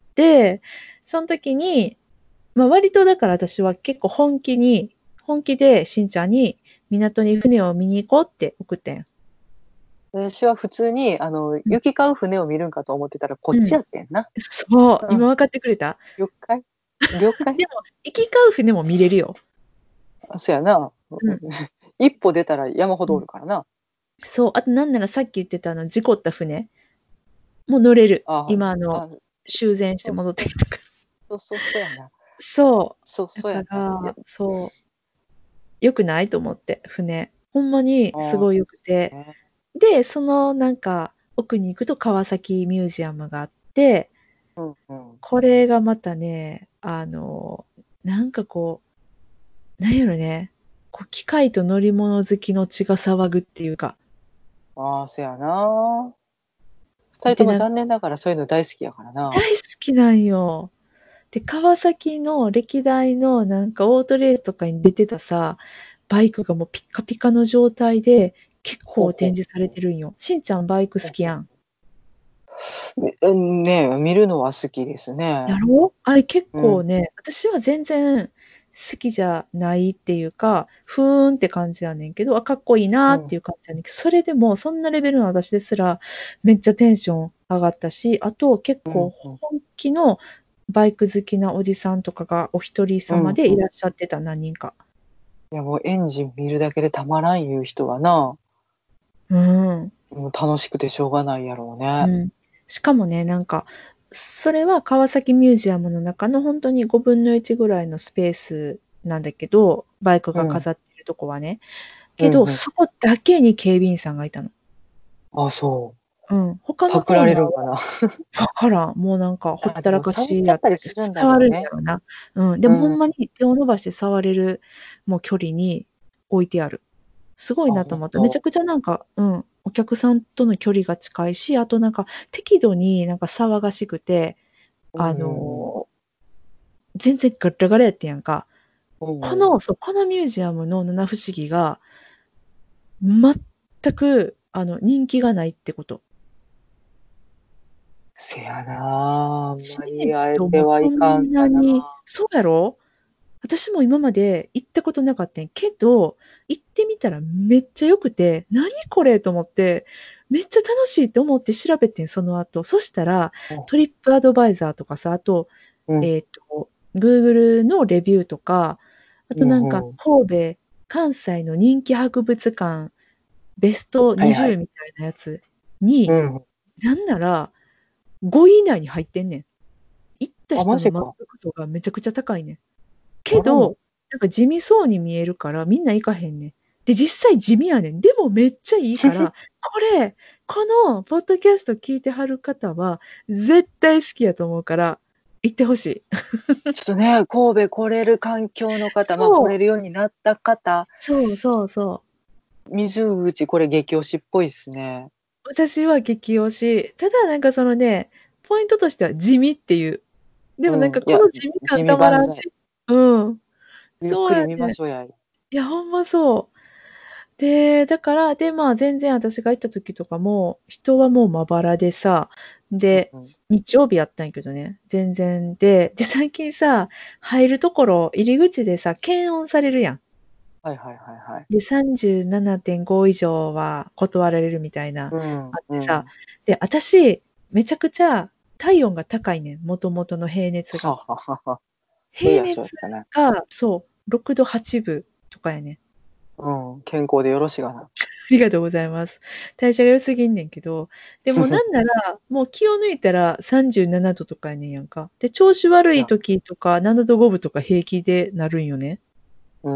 その時に、まあ、割とだから私は結構本気に、本気でしんちゃんに港に船を見に行こうって送ってん。 私は普通に、あの、 うん。 行き交う船を見るんかと思ってたら、こっちうん。 やってんな。 そう、 うん。 今分かってくれた？ 了解了解でも、行き交う船も見れるよ。 あ、そやな。 うん。 一歩出たら山ほどおうん。 るからな。 そう、あとなんならさっき言ってたあの事故った船も乗れる。 あ今あの、 あ、 修繕してそうそう、 戻ってきたから。 そうそう、そうやな。 そそうう。だそうやな。いや、 から、そう、良くないと思って、船。ほんまにすああ、 ごい良くて。 ね。 で、そのなんか、奥に行くと川崎ミュージアムがあって、 うんうん。 これがまたね、あの、なんかこう、なんやろね、こう機械と乗り物好きの血が騒ぐっていうか、 ああ、そやな。二人とで、なんかも残念ながらそういうの大好きやからな。 大好きなんよ。で、川崎の歴代のなんかオートレースとかに出てたさ、バイクがもうピッカピカの状態で結ほうほう構展示されてるんよ。しんちゃんバイク好ほうほきやん。 う。ねうんね、見るのは好きですね。 やろう？あれ結うん。 構ね、私は全然好きじゃないっていうか、ふーんって感じやねんけど、あ、かっこいいなうん。 っていう感じやねんけど、それでもそんなレベルの私ですらめっちゃテンション上がったし、あと結構うんうん。 本気のバイク好きなおじさんとかがお一人様でいうんうん。 らっしゃってた、何人か。 いやもうエンジン見るだけでたまらんいう人はな、 うん。 もう楽しくてしょうがないやろうね。 うん。しかもね、なんか、それは川崎ミュージアムの中のほんとにごぶんのいちぐらいのスペースなんだけど、バイクがうん。 飾ってるとこはね。けど、 うんうん。 そこだけに警備員さんがいたの。 あ、そう。 うん。他のパクらコーナーはれるんかな。 わからん。もうなんかほっあ、 たらかでも触っしやったけど、 ちゃったりするんだ触るんやろうね。 ろな。うん。でうん。 もほんまに手を伸ばして触れる、もう距離に置いてある。すごいあ、 なと思った。めちゃほんと。 くちゃなんか、うん、お客さんとの距離が近いし、あとなんか適度になんか騒がしくて、あうんうんうん。 の、全然ガラガラやってんやんか。こうんうん。 の、そう、このミュージアムの七不思議が、全くあの人気がないってこと。 せやな、あん知まり名あえて度もそはいかんんなかな。 に、そうやろ？私も今まで行ったことなかったんやけど、行ってみたらめっちゃ良くて、何これと思って、めっちゃ楽しいって思って調べてん、その後。そしたら、トリップアドバイザーとかさ、あと、 うん、 えっと、Google のレビューとか、あうん、 となんかうん。 神戸、関西の人気博物館ベストはいはい。 にじゅうみたいなやつに、 うん。 なんならごい以内に入ってんねん。行ったあ、マ人のジか。 満足度がめちゃくちゃ高いねん。けあらま。 ど、なんか地味そうに見えるからみんな行かへんねん。で、実際地味やねん。でもめっちゃいいから、これ、このポッドキャスト聞いてはる方は絶対好きやと思うから、行ってほしい。 ちょっとね、神戸来れる環境の方、まあ、来そう、 れるようになった方、 そうそうそう。 水口これ激推しっぽいっすね。 私は激推し。ただなんかそのね、ポイントとしては地味っていう。でもなんうん。いや、 かこの地味地感たま味万歳。 らんって。うん。 ゆっくり見まそうやね。 しょうや。 いや、ほんまそう。で、だから、で、まあ、全然私が行った時とかも、人はもうまばらでさ、で、 うんうん。 日曜日やったんやけどね、全然で、で、最近さ、入るところ、入り口でさ、検温されるやん。 はいはいはいはい。 で、さんじゅうななてんご以上は断られるみたいな、 うん、 あってさ、 うん。 で、私、めちゃくちゃ体温が高いねん、もともとの平熱が。 はははは。そういや、そうや平熱ったね。 が、そう、ろくどはちぶとかやねん。 うん、健康でよろしがな。 ありがとうございます。代謝が良すぎんねんけど、でもなんなら、もう気を抜いたらさんじゅうななどとかやねんやんか。で、調子悪いいや、 時とかななどごぶとか平気でなるんよね。 うん。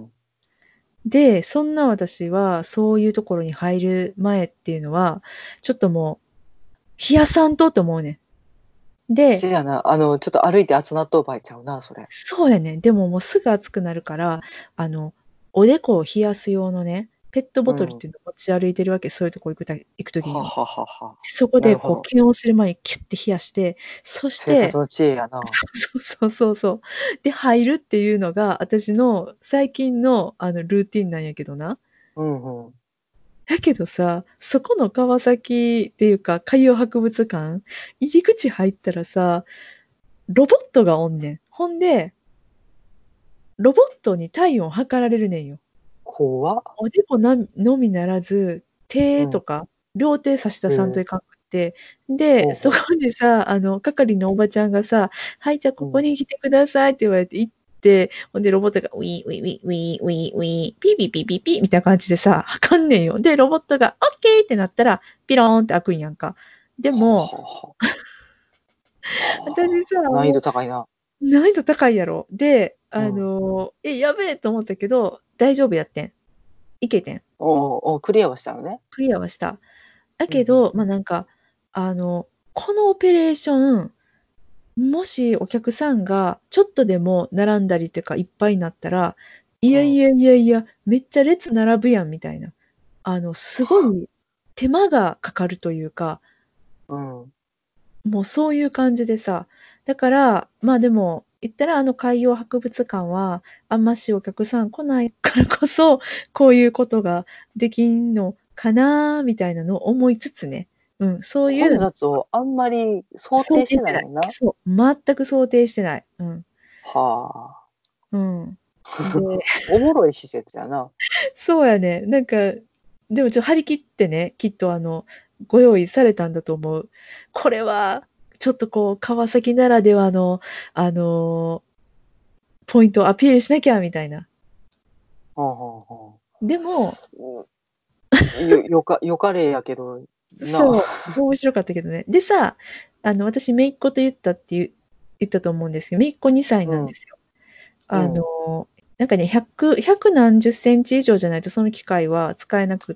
で、そんな私はそういうところに入る前っていうのは、ちょっともう冷やさんとと思うねん。で、 せやな、あの、ちょっと歩いて熱納豆ばいちゃうな、それ。 そうやねん。でももうすぐ暑くなるから、あの、おでこを冷やす用のね、ペットボトルっうん。 ていうのを持ち歩いてるわけ、そういうとこ行くた行く時には。 はははは。 そこでこうなるほど。 検温する前にキュッて冷やして、そして生活の知恵やな。 そうそうそうそう。で、入るっていうのが、私の最近のあのルーティンなんやけどな。 うんうん。 だけどさ、そこの川崎っていうか、海洋博物館、入り口入ったらさ、ロボットがおんねん。ほんで、ロボットに体温測られるねんよ。 怖っ。 おでこなのみならず、 うん。 手とか、両手差し出へえ。 さんといかんくって、で、そこほうほでさ、あの、係のおばちゃんがさ、はい、じゃあう。 ここうん。 に来てくださいって言われて行って、ほんでロボットがウィーウィーウィーウィーウィーウィー、ピーピーピーピーピーみたいな感じでさ、測んねんよ。で、ロボットがオッケーってなったら、ピローンって開くんやんか。ではあも、 はあはあ。 私はさ、 あ。難易度も高いな。 う難易度高いやろ。で、あうん。 の、え、やべえと思ったけど、大丈夫やってん。いけてん。 おうおう、クリアはしたのね。 クリアはした。だうんうん。 けど、ま、なんか、あの、このオペレーション、もしお客さんがちょっとでも並んだりっていうか、いっぱいになったら、いうん。 やいやいやいや、めっちゃ列並ぶやんみたいな。あの、すごい手間がかかるというか、 うん。 もうそういう感じでさ、だから、まあ、でも、言ったらあの海洋博物館は、あんましお客さん来ないからこそ、こういうことができんのかなみたいなのを思いつつね、うん、そういう混雑をあんまり想定し想定してない。 てないもんな。 そう、全く想定してない。うん。 はあ。 うん。で、 おもろい施設やな。 そうやね、なんか、でもちょっと張り切ってね、きっとあの、ご用意されたんだと思う。これは、ちょっとこう、川崎ならではの、あの、ポイントをアピールしなきゃみたいな。 はあはあはでも、 あ。うん、よよかよかれやけど、なあ。 そう、面白かったけどね。でさ、あの、私姪っ子と言ったっていう言ったと思うんですけど、姪っ子にさいうん、 なんですよ。あうん。 の、なんかね、ひゃく、ひゃく何十センチ以上じゃないとその機械は使えなくって、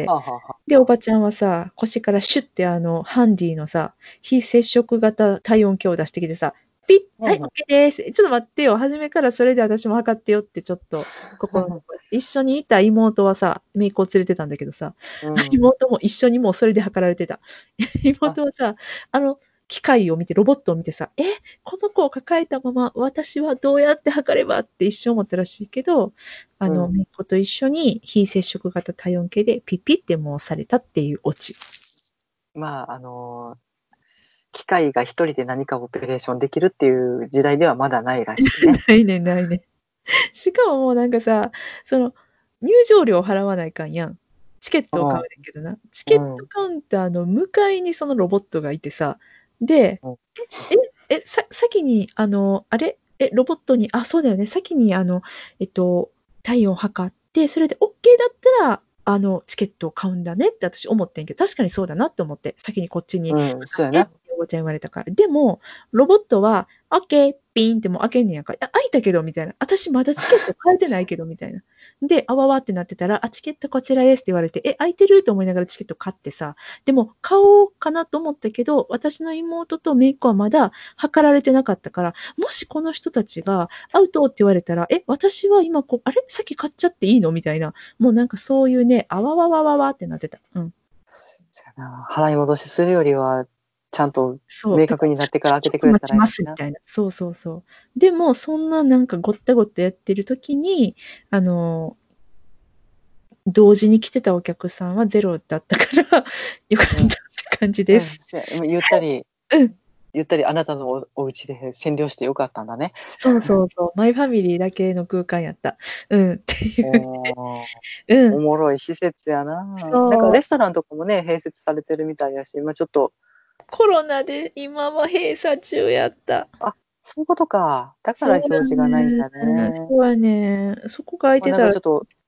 はあはあはで、 あはあ。 おばちゃんはさ、腰からシュッてあの、ハンディのさ、非接触型体温計を出してきてさ、ピッ、はい、 うんうん。 オッケーです。ちょっと待ってよ。初めからそれで私も測ってよってちょっと心の声。一緒にいた妹はさ、姪っ子を連れてたんだけどさ、 うん。 妹も一緒にもうそれで測られてた。 あ、 妹はさ、あの、機械を見て、ロボットを見てさ、え、この子を抱えたまま、私はどうやって測ればって一瞬思ったらしいけど、あの、 うん。 姪っ子と一緒に非接触型体温計でピッピッってもうされたっていうオチ。 まあ、あの、機械が一人で何かオペレーションできるっていう時代ではまだないらしいね。 ないねんないねん。しかももうなんかさ、その、入場料払わないかんやん。チケットを買うねんけどな。チケットうん、うん、 カウンターの向かいにそのロボットがいてさ、で、 うん。 え、え、え、さ先にあの、あれ、え、ロボットに、あ、そうだよね、先にあの、えっと、体温測って、それでオッケーだったら、あの、チケットを買うんだねって私思ってんけど、確かにそうだなって思って、先にこっちにうん、 測ってってそうやな。 おばちゃん言われたから。でも、ロボットは、オッケー、ピーンってもう開けんねやんか。あ、開いたけどみたいな。私まだチケット買えてないけどみたいな。で、あわわってなってたら、あ、チケットこちらですって言われて、え、空いてると思いながらチケット買ってさ、でも買おうかなと思ったけど、私の妹と姪っ子はまだ測られてなかったから、もしこの人たちがアウトって言われたら、え、私は今こ、あれ先買っちゃっていいのみたいな。もうなんかそういうね、あわわわわわってなってた。うん。 そうやな。払い戻しするよりは、ちゃんとそう。だから、 明確になっちょ、 てから開けてちょちょっとくれたらいいの待ちますにな。 みたいな。そうそうそう。でも、そんななんかごったごったやってる時に、あの、同時に来てたお客さんはゼロだったから、よかったっうん、 て感じうん、 です。 そうや、ゆったりうん。 ゆったりあなたのおお家で占領してよかったんだね。 そうそうそう。マイファミリーだけの空間やった。うん、っていうね。 おー、 うん。 おもろい施設やな。なんかそう。 レストランとかもね、併設されてるみたいやし、今ちょっと、 コロナで今は閉鎖中やった。 あ、そういうことか。だからそう表示がないんだやねん。 ね。 そうやねん。そこが空いまあ、 てたらなんかちょっと、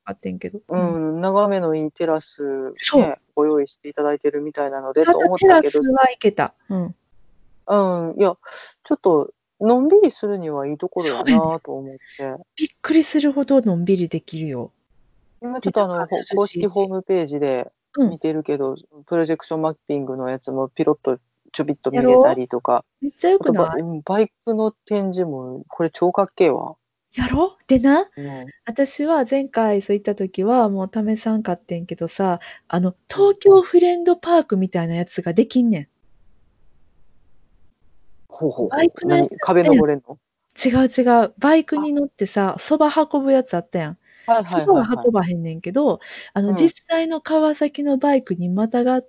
かったんけど。 ううんん、眺めのいいテラスそう。 ね、ご用意していただいてるみたいなのでたとだテラス思ったけど、 は行けた。うん。 うん、いや、ちょっとのんびりするにはいいところやそうやね。 なと思って、 びっくりするほどのんびりできるよ。で、 今ちょっとあの、 中ほ公涼しいし。 式ホームページでうん。 見てるけど、プロジェクションマッピングのやつもピロッとちょびっと見れたやろりとか、 めっちゃ良あとバくない？ うんバイクの展示もこれ超かっけえわ。 やろでな、 うん。 私は前回そう行った時はもう試さんかってんけどさ、あの、 うん。 東京フレンドパークみたいなやつができんねん。 ほうほうほう。 バイクのやつ何壁あったやん。 登れんの？ 違う違う。バイクあ、 に乗ってさ、蕎麦運ぶやつあったやん。 はいはい蕎麦ははいはい。 運ばへんねんけど、あの、 うん。 実際の川崎のバイクにまたがって、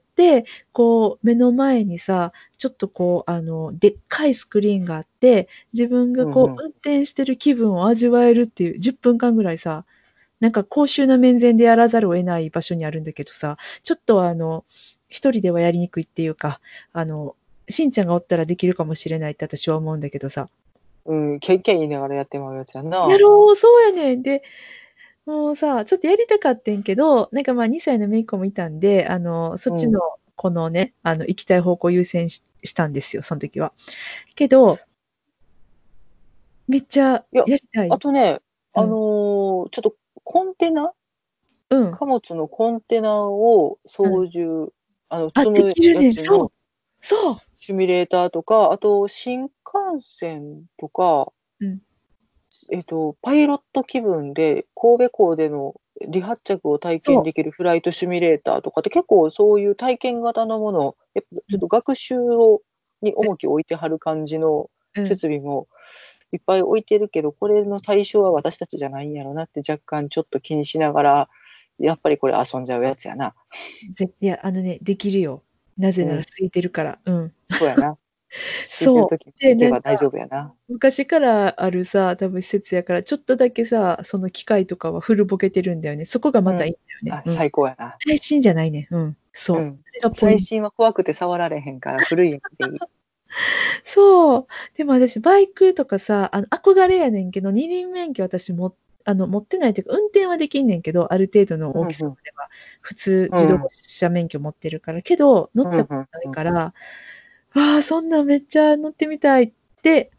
こう、目の前にさ、ちょっとこう、あの、でっかいスクリーンがあって、自分がこう、 うんうん。 運転してる気分を味わえるっていうじゅっぷんかんぐらいさ、なんか公衆の面前でやらざるを得ない場所にあるんだけどさ、ちょっとあの、一人ではやりにくいっていうか、あの、しんちゃんがおったらできるかもしれないって私は思うんだけどさ。 うん、キャイキャイ言いながらやってまうやつやな。 やろう、そうやねん。で、もうさ、ちょっとやりたかってんけど、なんかまあにさいの姪っ子もいたんで、あの、そっうん。 ちの子のね、あの、行きたい方向優先ししたんですよ、その時は。けど、めっちゃいや、 やりたい。 あとね、あの、 うん。 ちょっとコンテナうん。 貨物のコンテナをうん。 操縦、あの、 あ、 積むできるねん。そう。 やつのそう。 シミュレーターとか、あと新幹線とか、 うん。 えっと、パイロット気分で神戸港での離発着を体験そできるフライトシミュレーターとかって結構そういう体験型のものを、やっぱう。うん。 ちょっと学習をに重きを置いてはる感じのうん。 設備もいっぱい置いてるけど、これの対象は私たちじゃないんやろなって若干ちょっと気にしながら、やっぱりこれ遊んじゃうやつやな。 ぜいや、あのね、できるよ。なぜうん、 なら空いてるから。うん。 そうやな。空いてるそう。 時にで、 行けば大なんか、 丈夫やな。 昔からあるさ、多分施設やから、ちょっとだけさ、その機械とかは古ぼけてるんだよね。そこがうん。 またいいんだよね。 あ、 うん。 最高やな。 最新じゃないね。うん。そう。 うん。 それがポイント。 最新は怖くて触られへんから古いのでいい。 そう。でも私、バイクとかさ、あの、憧れやねんけど、二輪免許私もあの、持ってないというか、運転はできんねんけど、ある程度の大きさうんうん。 までは。普通、自動うん。 車免許持ってるから。けど、乗うんったことないうんうん。 から、ああ、そんなんめっちゃ乗ってみたいって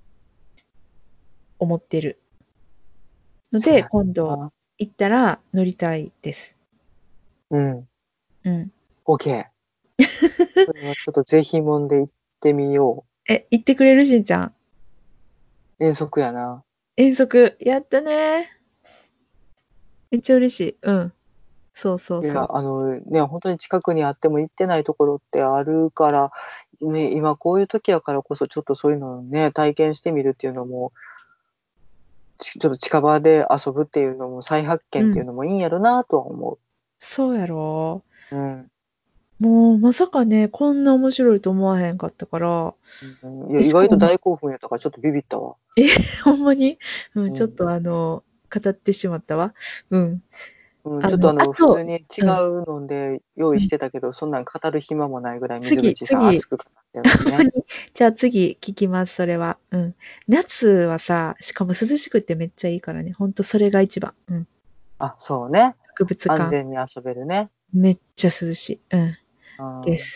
思ってるので、 そや今度な。 行ったら乗りたいです。 うん。 うん。 オッケー。これはちょっとぜひもんで行ってみよえ、行ってくれる？しんちゃん。 う。遠足やな。 遠足。やったね。めっちゃ嬉しい。うん。そうそういや、 そう。 あの、ね、ほんとに近くにあっても行ってないところってあるから、ね、今こういう時やからこそちょっとそういうのをね、体験してみるっていうのも、ちちょっと近場で遊ぶっていうのも再発見っていううん。 のもいいんやろなとは思そうやろ。 う。うん。 もう、まさかね、こんな面白いと思わへんかったから。 うん、いや、 え、 意しかも、ま、 外と大興奮やったからちょっとビビったわ。 え、ほんまに？うん、 うん。 ちょっとあの、語ってしまったわ。うん。 うん、 あの、 ちょっとあの、普あと通に違うん、 うので用意しうん。 てたけど、そんなん語る暇もないぐらい水次口さん次、 熱く語ってるのね。 ほんまに、じゃあ次聞きます、それは。うん。夏はさ、しかも涼しくてめっちゃいいからね、ほんとそれが一番。うん。 あ、そうね。 博物館、 安全に遊べるね。 めっちゃ涼しい。うん。 うん。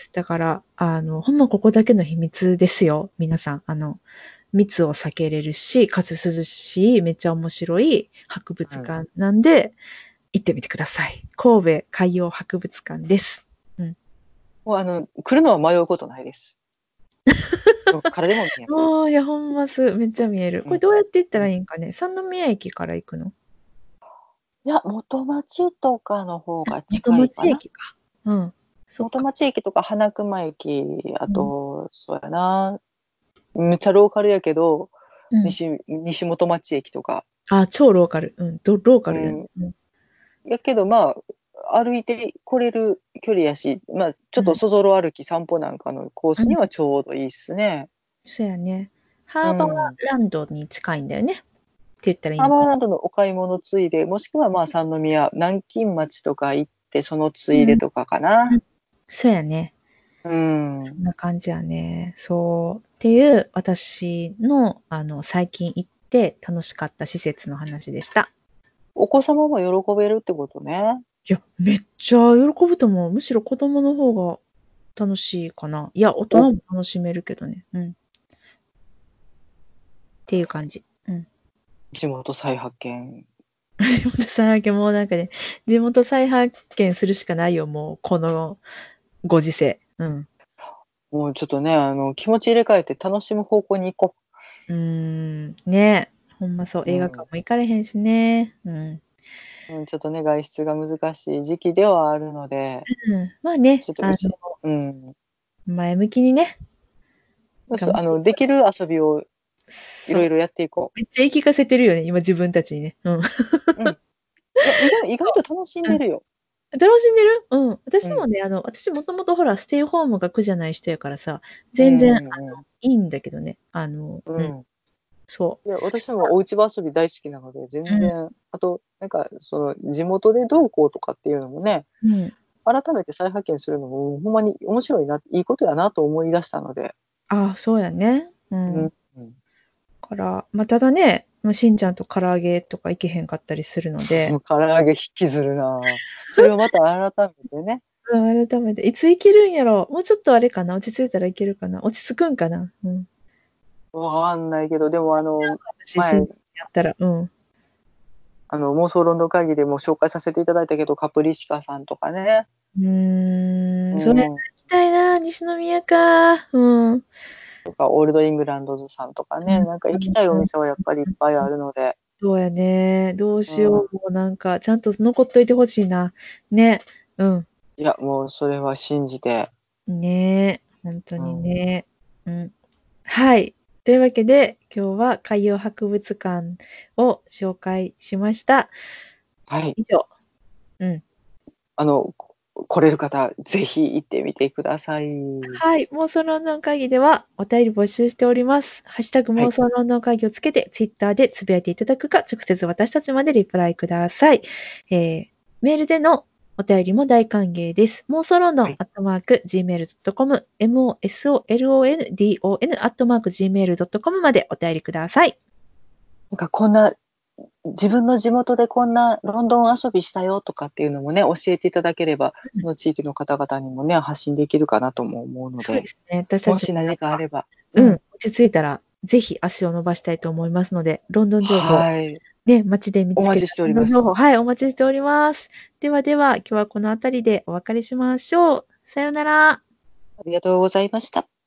です。だから、あの、ほんまここだけの秘密ですよ、皆さん。あの、密を避けれるし、かつ涼しい、めっちゃ面白い博物うん。 館なんで、行ってみてください。神戸海洋博物館です。うん。 もうあの、来るのは迷うことないです。どっからでも見えます。 もう、いや、ほんますめっちゃ見える。 うん。 これどうやって行ったうん。 らいいんかね？三宮駅から行くの？ いや、元町とかの方あ、 が元近いかな。 町駅か。うん。そっ元か。 町駅とか花熊駅、あうん。 と、そうやな、めっちゃローカルやけど、 うん。 西西元町駅とか、 あ、超ローカル。うん、どローカルやね。 うん。 うん。 やけど、まあ、歩いて来れる距離やし、まあ、ちょっとうん。 そぞろ歩き、散歩なんかのコーうん。 スにはちょうどいいっすね。 そやね。 うハーバーん。 ランドに近いんだよねって言ったらいいハーのかな。 バーランドのお買い物ついで、もしくは、まあ、三宮、南京町とか行って、そのつうん。 いでとかかな。 うん。そやね。 うん。 そんな感じやね。そう。っていう私の、あの、最近行って楽しかった施設の話でした。 お子様も喜べるってことね。 いや、めっちゃ喜ぶと思う。むしろ子供の方が楽しいかな。いや、大お、 人も楽しめるけどね。うん。っていう感じ。うん。 地元再発見。 地元再発見、もうなんかね、地元再発見するしかないよ、もう、このご時世。うん。 もうちょっとね、あの、気持ち入れ替えて楽しむ方向に行こうーん、ねえ。ほんまそう、 う。 映画館も行かれへんしね。うん。 うん、ちょっとね、外出が難しい時期ではあるので、 うん。まあね、あの、 ちょっとうちうん。 前向きにね、 そうそう、 頑張っていあの、できる遊びをいろそう。 いろやっていこめっちゃ言い聞かせてるよね、今自分たちにね。うん。 う。うん。いや、意外意外と楽しんうん。 でるよ。 楽しんでる？うん。 うん。 私もね、あの、私もともとほら、ステイホームが苦じゃない人やからさ、 う全然、あの、 んうんうん。 いいんだけどね。あの、うん、 うん。 そいや、私もお家場遊び大好きなので、 う。うん、 全然、あと、なんか、その、地元でどうこうとかっていうのもね、 うん。 改めて再発見するのも、ほんまに面白いな、いいことやなと思い出したので。 ああ、そうやね。ううん。 ん。 うん。 から、ま、ただね、ま、しんちゃんと唐揚げとか行けへんかったりするので、 もう唐揚げ引きずるな。それをまた改めてね、 うん、改めて、いつ行けるんやろ？もうちょっとあれかな、落ち着いたら行けるかな？落ち着くんかな？うん。 わかんないけど、でもあの、 私、しん前、 やったら、うん。 あの、妄想ロンドン会議でも紹介させていただいたけど、カプリシカさんとかね。 うーん、それ行うん。 きたいな、西宮か。うん。 とか、オールドイングランドズさんとかね、 うん、 なんか行きたいおうん、 店はやっぱりいっぱいあるので。 そうやね。どううん。 しよう、もうなんか、ちゃんと残っといてほしいな。ね。うん。 いや、もうそれは信じて。 ね、ほんとにうん。 ね。うん。はい。というわけで、今日は海洋博物館を紹介しました。 はい。 以上。うん。 あの、こ来れる方、ぜひ行ってみてください。 はい。妄想ロンドン会議ではお便り募集しております。ハッシュタグはい。 妄想ロンドン会議をつけて、ツイッターでつぶやいていただくか、直接私たちまでリプライください。えー、メールでのお便りも大歓迎です。妄想ロンドンはい。 アットマーク ジーメールドットコム、モーソロンドン アットマーク ジーメールドットコム までお便りください。 なんかこんな、自分の地元でこんなロンドン遊びしたよとかっていうのもね、教えていただければ、 うん、 その地域の方々にもね、発信できるかなとも思うのそうでで、 すね。私たちももし何かあれば。ううん、 ん。 落ち着いたら、ぜひ足を伸ばしたいと思いますので、ロンドン情報、 はい。 ね、街で見つけたお待ちしておロンドン情報、 ります。 はい、お待ちしております。ではでは、今日はこの辺りでお別れしましょう。さようなら。 ありがとうございました。